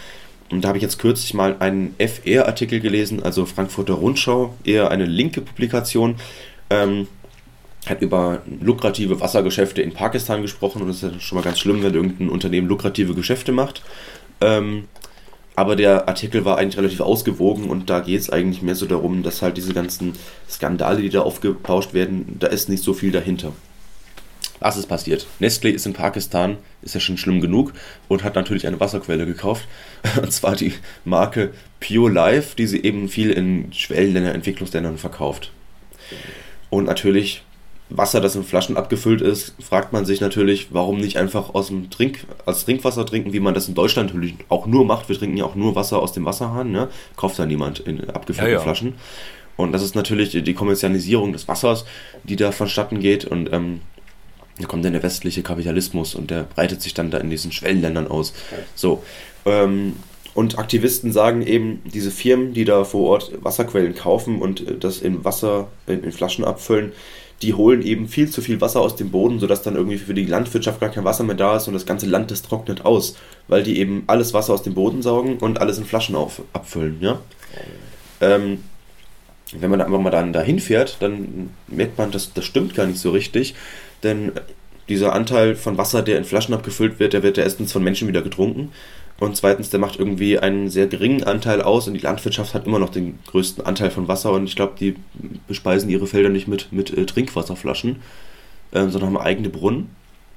und da habe ich jetzt kürzlich mal einen F R-Artikel gelesen, also Frankfurter Rundschau, eher eine linke Publikation, ähm, hat über lukrative Wassergeschäfte in Pakistan gesprochen und das ist ja schon mal ganz schlimm, wenn irgendein Unternehmen lukrative Geschäfte macht. Ähm, aber der Artikel war eigentlich relativ ausgewogen und da geht es eigentlich mehr so darum, dass halt diese ganzen Skandale, die da aufgebauscht werden, da ist nicht so viel dahinter. Was ist passiert? Nestlé ist in Pakistan, ist ja schon schlimm genug, und hat natürlich eine Wasserquelle gekauft, und zwar die Marke Pure Life, die sie eben viel in Schwellenländern, Entwicklungsländern verkauft. Und natürlich Wasser, das in Flaschen abgefüllt ist, fragt man sich natürlich, warum nicht einfach aus dem Trink, als Trinkwasser trinken, wie man das in Deutschland natürlich auch nur macht. Wir trinken ja auch nur Wasser aus dem Wasserhahn, ne? Kauft da niemand in abgefüllten ja, ja. Flaschen. Und das ist natürlich die Kommerzialisierung des Wassers, die da vonstatten geht, und ähm, da kommt dann der westliche Kapitalismus und der breitet sich dann da in diesen Schwellenländern aus. So, ähm, und Aktivisten sagen eben, diese Firmen, die da vor Ort Wasserquellen kaufen und das in Wasser, in, in Flaschen abfüllen, die holen eben viel zu viel Wasser aus dem Boden, sodass dann irgendwie für die Landwirtschaft gar kein Wasser mehr da ist und das ganze Land, das trocknet aus, weil die eben alles Wasser aus dem Boden saugen und alles in Flaschen auf, abfüllen, ja. Ähm, wenn man da einfach mal dann dahin fährt, dann merkt man, dass das stimmt gar nicht so richtig, denn dieser Anteil von Wasser, der in Flaschen abgefüllt wird, der wird ja erstens von Menschen wieder getrunken und zweitens, der macht irgendwie einen sehr geringen Anteil aus und die Landwirtschaft hat immer noch den größten Anteil von Wasser und ich glaube, die bespeisen ihre Felder nicht mit, mit äh, Trinkwasserflaschen, äh, sondern haben eigene Brunnen.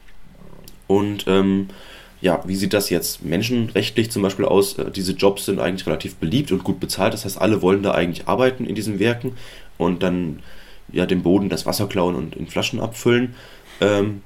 Und ähm, ja, wie sieht das jetzt menschenrechtlich zum Beispiel aus? Äh, diese Jobs sind eigentlich relativ beliebt und gut bezahlt, das heißt, alle wollen da eigentlich arbeiten in diesen Werken und dann ja dem Boden das Wasser klauen und in Flaschen abfüllen. Ähm,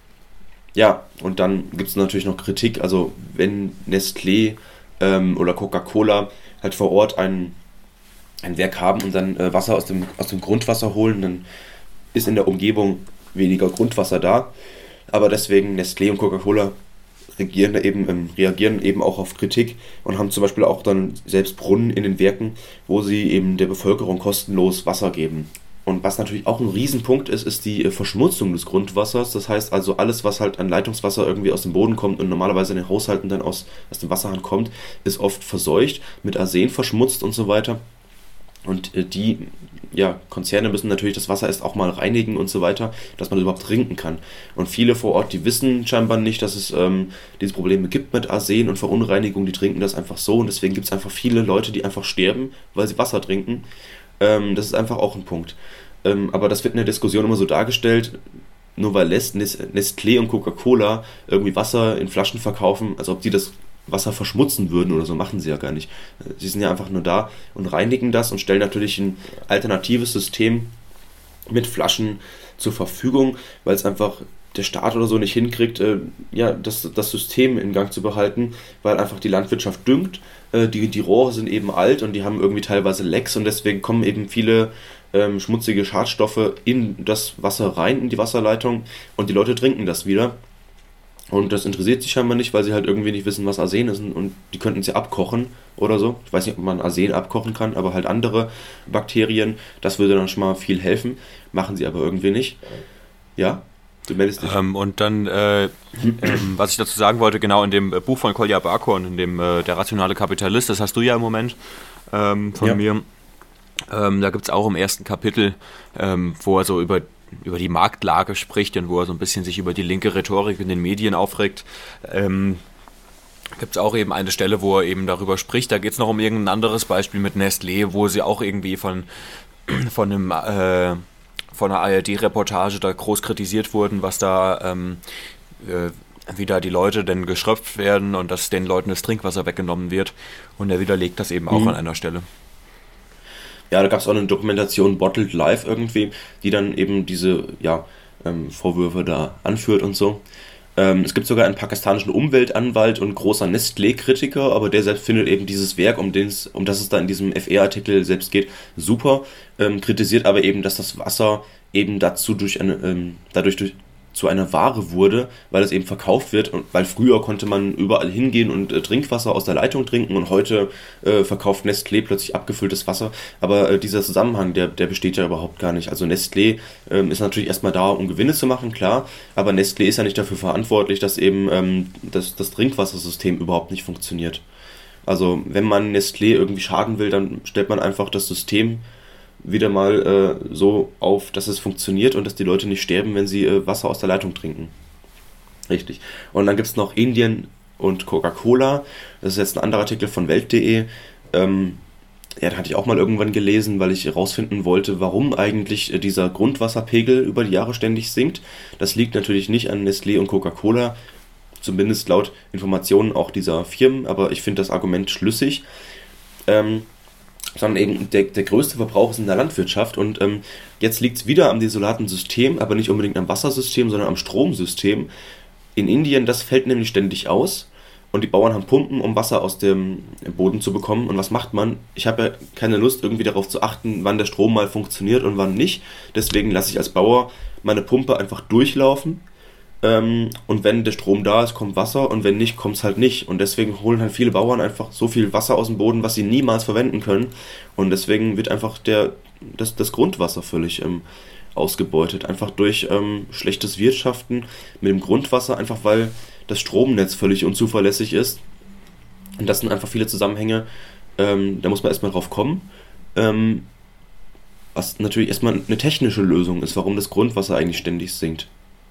Ja, und dann gibt es natürlich noch Kritik, also wenn Nestlé ähm, oder Coca-Cola halt vor Ort ein, ein Werk haben und dann äh, Wasser aus dem, aus dem Grundwasser holen, dann ist in der Umgebung weniger Grundwasser da, aber deswegen Nestlé und Coca-Cola reagieren eben, ähm, reagieren eben auch auf Kritik und haben zum Beispiel auch dann selbst Brunnen in den Werken, wo sie eben der Bevölkerung kostenlos Wasser geben. Und was natürlich auch ein Riesenpunkt ist, ist die Verschmutzung des Grundwassers. Das heißt also, alles, was halt an Leitungswasser irgendwie aus dem Boden kommt und normalerweise in den Haushalten dann aus, aus dem Wasserhahn kommt, ist oft verseucht, mit Arsen verschmutzt und so weiter. Und die ja, Konzerne müssen natürlich das Wasser erst auch mal reinigen und so weiter, dass man das überhaupt trinken kann. Und viele vor Ort, die wissen scheinbar nicht, dass es ähm, diese Probleme gibt mit Arsen und Verunreinigung, die trinken das einfach so. Und deswegen gibt es einfach viele Leute, die einfach sterben, weil sie Wasser trinken. Ähm, das ist einfach auch ein Punkt. Ähm, aber das wird in der Diskussion immer so dargestellt, nur weil Nestlé und Coca-Cola irgendwie Wasser in Flaschen verkaufen, als ob die das Wasser verschmutzen würden oder so, machen sie ja gar nicht. Sie sind ja einfach nur da und reinigen das und stellen natürlich ein alternatives System mit Flaschen zur Verfügung, weil es einfach der Staat oder so nicht hinkriegt, äh, ja, das, das System in Gang zu behalten, weil einfach die Landwirtschaft düngt, äh, die, die Rohre sind eben alt und die haben irgendwie teilweise Lecks und deswegen kommen eben viele ähm, schmutzige Schadstoffe in das Wasser rein, in die Wasserleitung und die Leute trinken das wieder. Und das interessiert sich scheinbar nicht, weil sie halt irgendwie nicht wissen, was Arsen ist und die könnten es ja abkochen oder so. Ich weiß nicht, ob man Arsen abkochen kann, aber halt andere Bakterien, das würde dann schon mal viel helfen, machen sie aber irgendwie nicht. Ja? Du meldest dich. Ähm, und dann, äh, ähm, was ich dazu sagen wollte, genau in dem Buch von Kolja Barkhorn, in dem äh, Der rationale Kapitalist, das hast du ja im Moment ähm, von ja. mir. Ähm, da gibt es auch im ersten Kapitel, ähm, wo er so über, über die Marktlage spricht und wo er so ein bisschen sich über die linke Rhetorik in den Medien aufregt. Ähm, gibt es auch eben eine Stelle, wo er eben darüber spricht. Da geht es noch um irgendein anderes Beispiel mit Nestlé, wo sie auch irgendwie von, von einem... Äh, von einer A R D-Reportage da groß kritisiert wurden, was da, ähm, äh, wie da die Leute denn geschröpft werden und dass den Leuten das Trinkwasser weggenommen wird. Und er widerlegt das eben auch mhm. an einer Stelle. Ja, da gab es auch eine Dokumentation Bottled Life irgendwie, die dann eben diese ja, ähm, Vorwürfe da anführt und so. Ähm, es gibt sogar einen pakistanischen Umweltanwalt und großer Nestlé-Kritiker, aber der selbst findet eben dieses Werk, um, den's, um das es da in diesem F R-Artikel selbst geht, super, ähm, kritisiert aber eben, dass das Wasser eben dazu durch eine, ähm, dadurch durch, zu einer Ware wurde, weil es eben verkauft wird und weil früher konnte man überall hingehen und äh, Trinkwasser aus der Leitung trinken und heute äh, verkauft Nestlé plötzlich abgefülltes Wasser, aber äh, dieser Zusammenhang, der, der besteht ja überhaupt gar nicht. Also Nestlé ähm, ist natürlich erstmal da, um Gewinne zu machen, klar, aber Nestlé ist ja nicht dafür verantwortlich, dass eben ähm, das, das Trinkwassersystem überhaupt nicht funktioniert. Also wenn man Nestlé irgendwie schaden will, dann stellt man einfach das System wieder mal äh, so auf, dass es funktioniert und dass die Leute nicht sterben, wenn sie äh, Wasser aus der Leitung trinken. Richtig. Und dann gibt es noch Indien und Coca-Cola. Das ist jetzt ein anderer Artikel von Welt punkt de. Ähm, ja, da hatte ich auch mal irgendwann gelesen, weil ich herausfinden wollte, warum eigentlich dieser Grundwasserpegel über die Jahre ständig sinkt. Das liegt natürlich nicht an Nestlé und Coca-Cola, zumindest laut Informationen auch dieser Firmen, aber ich finde das Argument schlüssig. Ähm, sondern eben der, der größte Verbrauch ist in der Landwirtschaft und ähm, jetzt liegt es wieder am desolaten System, aber nicht unbedingt am Wassersystem, sondern am Stromsystem. In Indien, das fällt nämlich ständig aus und die Bauern haben Pumpen, um Wasser aus dem Boden zu bekommen. Und was macht man? Ich habe ja keine Lust, irgendwie darauf zu achten, wann der Strom mal funktioniert und wann nicht. Deswegen lasse ich als Bauer meine Pumpe einfach durchlaufen. Ähm, und wenn der Strom da ist, kommt Wasser und wenn nicht, kommt es halt nicht. Und deswegen holen halt viele Bauern einfach so viel Wasser aus dem Boden, was sie niemals verwenden können. Und deswegen wird einfach der, das, das Grundwasser völlig ähm, ausgebeutet. Einfach durch ähm, schlechtes Wirtschaften mit dem Grundwasser, einfach weil das Stromnetz völlig unzuverlässig ist. Und das sind einfach viele Zusammenhänge, ähm, da muss man erstmal drauf kommen. Ähm, was natürlich erstmal eine technische Lösung ist, warum das Grundwasser eigentlich ständig sinkt.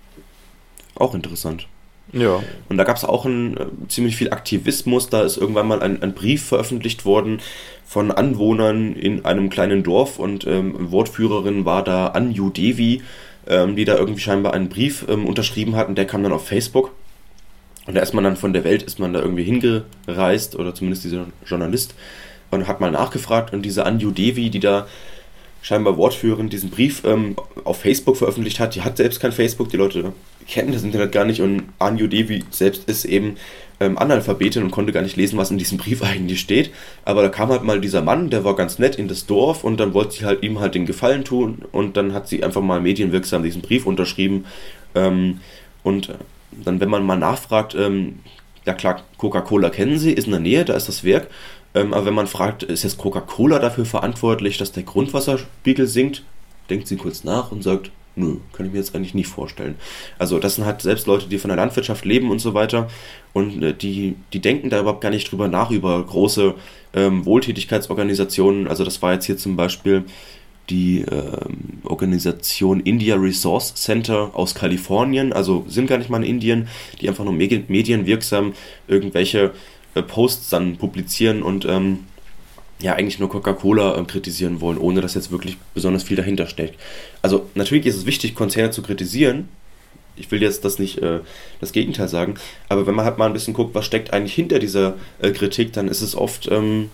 Auch interessant. Ja. Und da gab es auch ein, äh, ziemlich viel Aktivismus. Da ist irgendwann mal ein, ein Brief veröffentlicht worden von Anwohnern in einem kleinen Dorf und ähm, Wortführerin war da Anju Devi, ähm, die da irgendwie scheinbar einen Brief ähm, unterschrieben hat und der kam dann auf Facebook. Und da ist man dann von der Welt, ist man da irgendwie hingereist oder zumindest dieser Journalist und hat mal nachgefragt und diese Anju Devi, die da scheinbar wortführend diesen Brief ähm, auf Facebook veröffentlicht hat, die hat selbst kein Facebook, die Leute kennen das Internet gar nicht und Anju Devi selbst ist eben ähm, Analphabetin und konnte gar nicht lesen, was in diesem Brief eigentlich steht, aber da kam halt mal dieser Mann, der war ganz nett in das Dorf und dann wollte sie halt ihm halt den Gefallen tun und dann hat sie einfach mal medienwirksam diesen Brief unterschrieben ähm, und dann, wenn man mal nachfragt, ähm, ja klar, Coca-Cola kennen sie, ist in der Nähe, da ist das Werk. Ähm, aber wenn man fragt, ist jetzt Coca-Cola dafür verantwortlich, dass der Grundwasserspiegel sinkt, denkt sie kurz nach und sagt, nö, kann ich mir jetzt eigentlich nicht vorstellen. Also das sind halt selbst Leute, die von der Landwirtschaft leben und so weiter und äh, die, die denken da überhaupt gar nicht drüber nach, über große ähm, Wohltätigkeitsorganisationen. Also das war jetzt hier zum Beispiel die ähm, Organisation India Resource Center aus Kalifornien, also sind gar nicht mal in Indien, die einfach nur medien, medienwirksam irgendwelche äh, Posts dann publizieren und ähm, ja eigentlich nur Coca-Cola äh, kritisieren wollen, ohne dass jetzt wirklich besonders viel dahinter steckt. Also natürlich ist es wichtig, Konzerne zu kritisieren. Ich will jetzt das nicht äh, das Gegenteil sagen, aber wenn man halt mal ein bisschen guckt, was steckt eigentlich hinter dieser äh, Kritik, dann ist es oft ähm,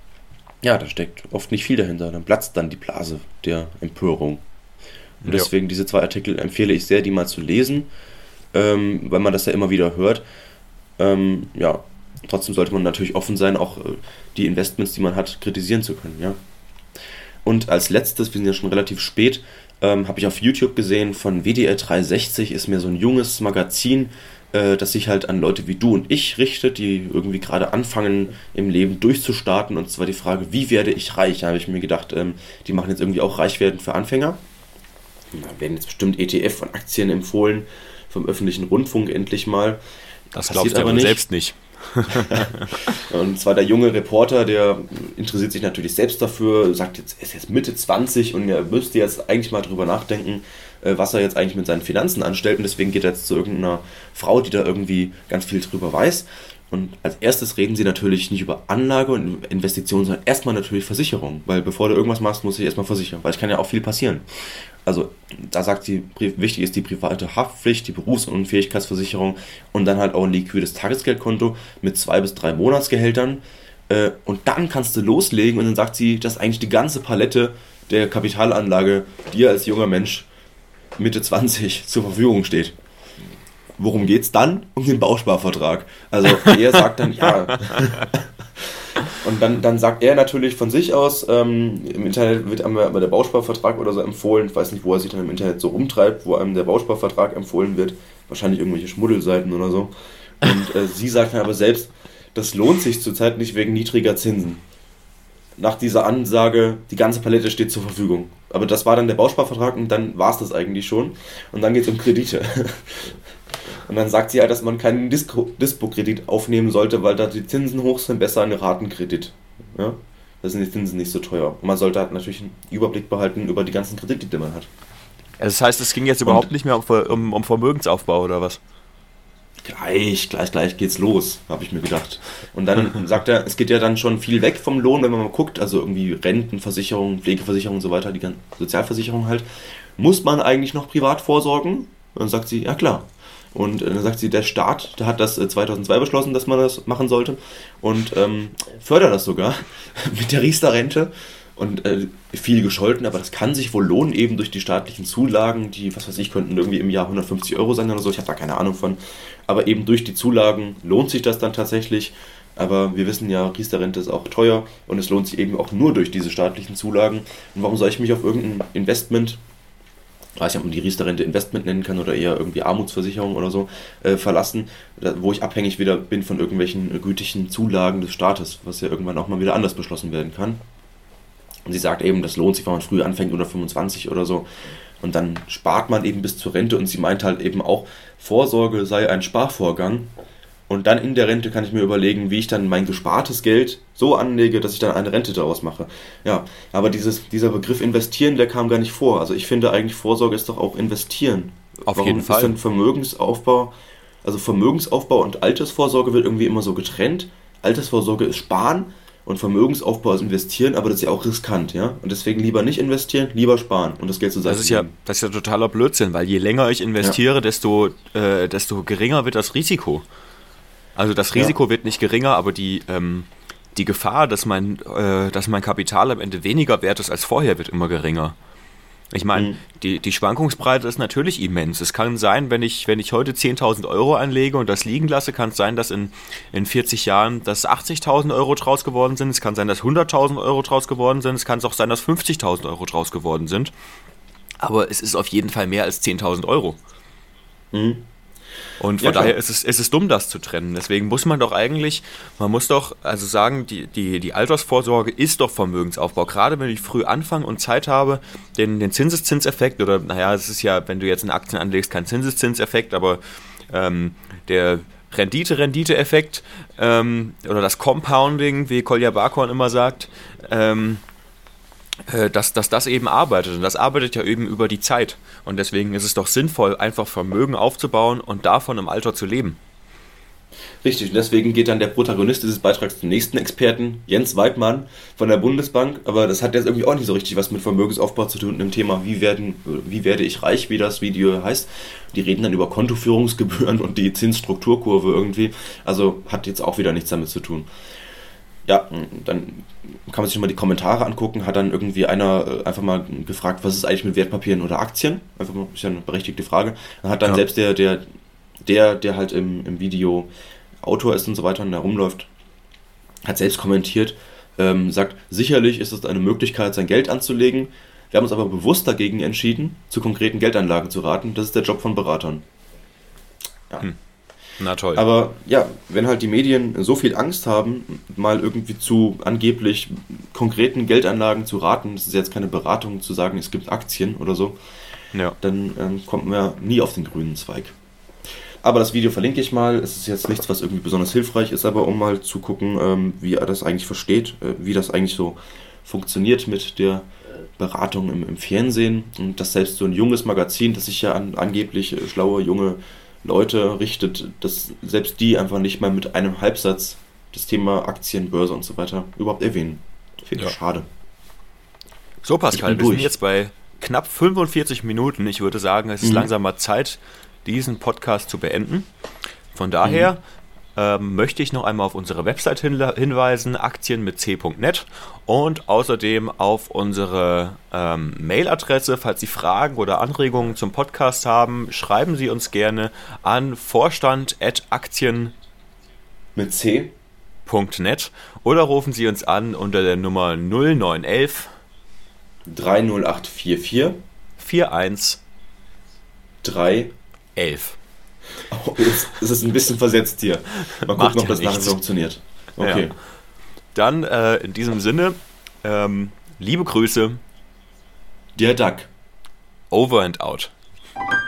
ja, da steckt oft nicht viel dahinter. Dann platzt dann die Blase der Empörung. Und Ja. deswegen diese zwei Artikel empfehle ich sehr, die mal zu lesen, ähm, weil man das ja immer wieder hört. Ähm, ja, trotzdem sollte man natürlich offen sein, auch äh, die Investments, die man hat, kritisieren zu können. Ja. Und als letztes, wir sind ja schon relativ spät, ähm, habe ich auf YouTube gesehen, von W D R dreihundertsechzig ist mir so ein junges Magazin, äh, das sich halt an Leute wie du und ich richtet, die irgendwie gerade anfangen im Leben durchzustarten, und zwar die Frage, wie werde ich reich? Da habe ich mir gedacht, ähm, die machen jetzt irgendwie auch reich werden für Anfänger. Da werden jetzt bestimmt E T F und Aktien empfohlen vom öffentlichen Rundfunk endlich mal. Das Passiert glaubst du aber aber nicht. selbst nicht. Und zwar der junge Reporter, der interessiert sich natürlich selbst dafür, sagt jetzt, er ist jetzt Mitte zwanzig und er müsste jetzt eigentlich mal drüber nachdenken, äh, was er jetzt eigentlich mit seinen Finanzen anstellt, und deswegen geht er jetzt zu irgendeiner Frau, die da irgendwie ganz viel drüber weiß. Und als erstes reden sie natürlich nicht über Anlage und Investitionen, sondern erstmal natürlich Versicherung, weil bevor du irgendwas machst, musst du dich erstmal versichern, weil es kann ja auch viel passieren. Also da sagt sie, wichtig ist die private Haftpflicht, die Berufsunfähigkeitsversicherung und dann halt auch ein liquides Tagesgeldkonto mit zwei bis drei Monatsgehältern, äh, und dann kannst du loslegen, und dann sagt sie, das ist eigentlich die ganze Palette der Kapitalanlage dir als junger Mensch Mitte zwanzig zur Verfügung steht. Worum geht's dann? Um den Bausparvertrag. Also er sagt dann, ja. Und dann, dann sagt er natürlich von sich aus, ähm, im Internet wird einem der Bausparvertrag oder so empfohlen. Ich weiß nicht, wo er sich dann im Internet so rumtreibt, wo einem der Bausparvertrag empfohlen wird. Wahrscheinlich irgendwelche Schmuddelseiten oder so. Und äh, sie sagt dann aber selbst, das lohnt sich zurzeit nicht wegen niedriger Zinsen. Nach dieser Ansage, die ganze Palette steht zur Verfügung. Aber das war dann der Bausparvertrag und dann war es das eigentlich schon. Und dann geht es um Kredite. Und dann sagt sie halt, dass man keinen Disco- Dispo-Kredit aufnehmen sollte, weil da die Zinsen hoch sind, besser ein Ratenkredit. Ja? Da sind die Zinsen nicht so teuer. Und man sollte halt natürlich einen Überblick behalten über die ganzen Kredite, die man hat. Das heißt, es ging jetzt überhaupt und nicht mehr um, um, um Vermögensaufbau oder was? Gleich, gleich, gleich geht's los, habe ich mir gedacht. Und dann sagt er, es geht ja dann schon viel weg vom Lohn, wenn man mal guckt, also irgendwie Rentenversicherung, Pflegeversicherung und so weiter, die ganze Sozialversicherung halt. Muss man eigentlich noch privat vorsorgen? Und dann sagt sie, ja klar. Und dann sagt sie, der Staat, der hat das zweitausendzwei beschlossen, dass man das machen sollte und ähm, fördert das sogar mit der Riester-Rente. Und äh, viel gescholten, aber das kann sich wohl lohnen, eben durch die staatlichen Zulagen, die, was weiß ich, könnten irgendwie im Jahr hundertfünfzig Euro sein oder so, ich habe da keine Ahnung von. Aber eben durch die Zulagen lohnt sich das dann tatsächlich. Aber wir wissen ja, Riester-Rente ist auch teuer und es lohnt sich eben auch nur durch diese staatlichen Zulagen. Und warum soll ich mich auf irgendein Investment, ich weiß nicht, ob man die Riester-Rente Investment nennen kann oder eher irgendwie Armutsversicherung oder so, äh, verlassen, wo ich abhängig wieder bin von irgendwelchen gütigen Zulagen des Staates, was ja irgendwann auch mal wieder anders beschlossen werden kann. Und sie sagt eben, das lohnt sich, wenn man früh anfängt unter fünfundzwanzig oder so. Und dann spart man eben bis zur Rente. Und sie meint halt eben auch, Vorsorge sei ein Sparvorgang. Und dann in der Rente kann ich mir überlegen, wie ich dann mein gespartes Geld so anlege, dass ich dann eine Rente daraus mache. Ja, aber dieses, dieser Begriff investieren, der kam gar nicht vor. Also ich finde eigentlich, Vorsorge ist doch auch investieren. Auf Warum jeden Fall. ist denn Vermögensaufbau, also Vermögensaufbau und Altersvorsorge wird irgendwie immer so getrennt. Altersvorsorge ist Sparen. Und Vermögensaufbau ist investieren, aber das ist ja auch riskant, ja. Und deswegen lieber nicht investieren, lieber sparen und das Geld zur Seite Das ist ja, legen. das ist ja totaler Blödsinn, weil je länger ich investiere, ja. desto, äh, desto geringer wird das Risiko. Also das Risiko ja. wird nicht geringer, aber die, ähm, die Gefahr, dass mein, äh, dass mein Kapital am Ende weniger wert ist als vorher, wird immer geringer. Ich meine, mhm. die, die Schwankungsbreite ist natürlich immens. Es kann sein, wenn ich, wenn ich heute zehntausend Euro anlege und das liegen lasse, kann es sein, dass in, in vierzig Jahren dass achtzigtausend Euro draus geworden sind. Es kann sein, dass hunderttausend Euro draus geworden sind. Es kann auch sein, dass fünfzigtausend Euro draus geworden sind. Aber es ist auf jeden Fall mehr als zehntausend Euro. Mhm. Und von ja, daher ist es, ist es dumm, das zu trennen. Deswegen muss man doch eigentlich, man muss doch also sagen, die, die, die Altersvorsorge ist doch Vermögensaufbau. Gerade wenn ich früh anfange und Zeit habe, den, den Zinseszinseffekt, oder naja, es ist ja, wenn du jetzt in Aktien anlegst, kein Zinseszinseffekt, aber ähm, der Rendite-Rendite-Effekt ähm, oder das Compounding, wie Kolja Barkhorn immer sagt, ähm, Dass, dass das eben arbeitet. Und das arbeitet ja eben über die Zeit. Und deswegen ist es doch sinnvoll, einfach Vermögen aufzubauen und davon im Alter zu leben. Richtig, und deswegen geht dann der Protagonist dieses Beitrags zum nächsten Experten, Jens Weidmann von der Bundesbank. Aber das hat jetzt irgendwie auch nicht so richtig was mit Vermögensaufbau zu tun, im Thema, wie, werden, wie werde ich reich, wie das Video heißt. Die reden dann über Kontoführungsgebühren und die Zinsstrukturkurve irgendwie. Also hat jetzt auch wieder nichts damit zu tun. Ja, dann kann man sich mal die Kommentare angucken, hat dann irgendwie einer einfach mal gefragt, was ist eigentlich mit Wertpapieren oder Aktien? Einfach mal, ist ja eine berechtigte Frage. Dann hat dann ja. selbst der, der, der, der halt im, im Video Autor ist und so weiter und da rumläuft, hat selbst kommentiert, ähm, sagt, sicherlich ist es eine Möglichkeit, sein Geld anzulegen. Wir haben uns aber bewusst dagegen entschieden, zu konkreten Geldanlagen zu raten. Das ist der Job von Beratern. Ja. Hm. Na toll. Aber ja, wenn halt die Medien so viel Angst haben, mal irgendwie zu angeblich konkreten Geldanlagen zu raten, das ist jetzt keine Beratung zu sagen, es gibt Aktien oder so, ja. dann ähm, kommt man ja nie auf den grünen Zweig. Aber das Video verlinke ich mal, es ist jetzt nichts, was irgendwie besonders hilfreich ist, aber um mal zu gucken, ähm, wie er das eigentlich versteht, äh, wie das eigentlich so funktioniert mit der Beratung im, im Fernsehen und dass selbst so ein junges Magazin, das sich ja an angeblich äh, schlaue, junge Leute richtet, dass selbst die einfach nicht mal mit einem Halbsatz das Thema Aktien, Börse und so weiter überhaupt erwähnen. Finde ich ja. schade. So, Pascal, wir durch. sind jetzt bei knapp fünfundvierzig Minuten. Ich würde sagen, es ist mhm. langsam mal Zeit, diesen Podcast zu beenden. Von daher mhm. ähm, möchte ich noch einmal auf unsere Website hinla- hinweisen, aktien mit c punkt net und außerdem auf unsere ähm, Mailadresse. Falls Sie Fragen oder Anregungen zum Podcast haben, schreiben Sie uns gerne an vorstand at aktien mit c punkt net oder rufen Sie uns an unter der Nummer null neun elf drei null acht vier vier vier eins drei elf. Oh, jetzt ist es ein bisschen versetzt hier. Mal gucken, Macht ob das nachher funktioniert. Okay. Ja. Dann äh, in diesem Sinne, ähm, liebe Grüße. Der Duck. Over and out.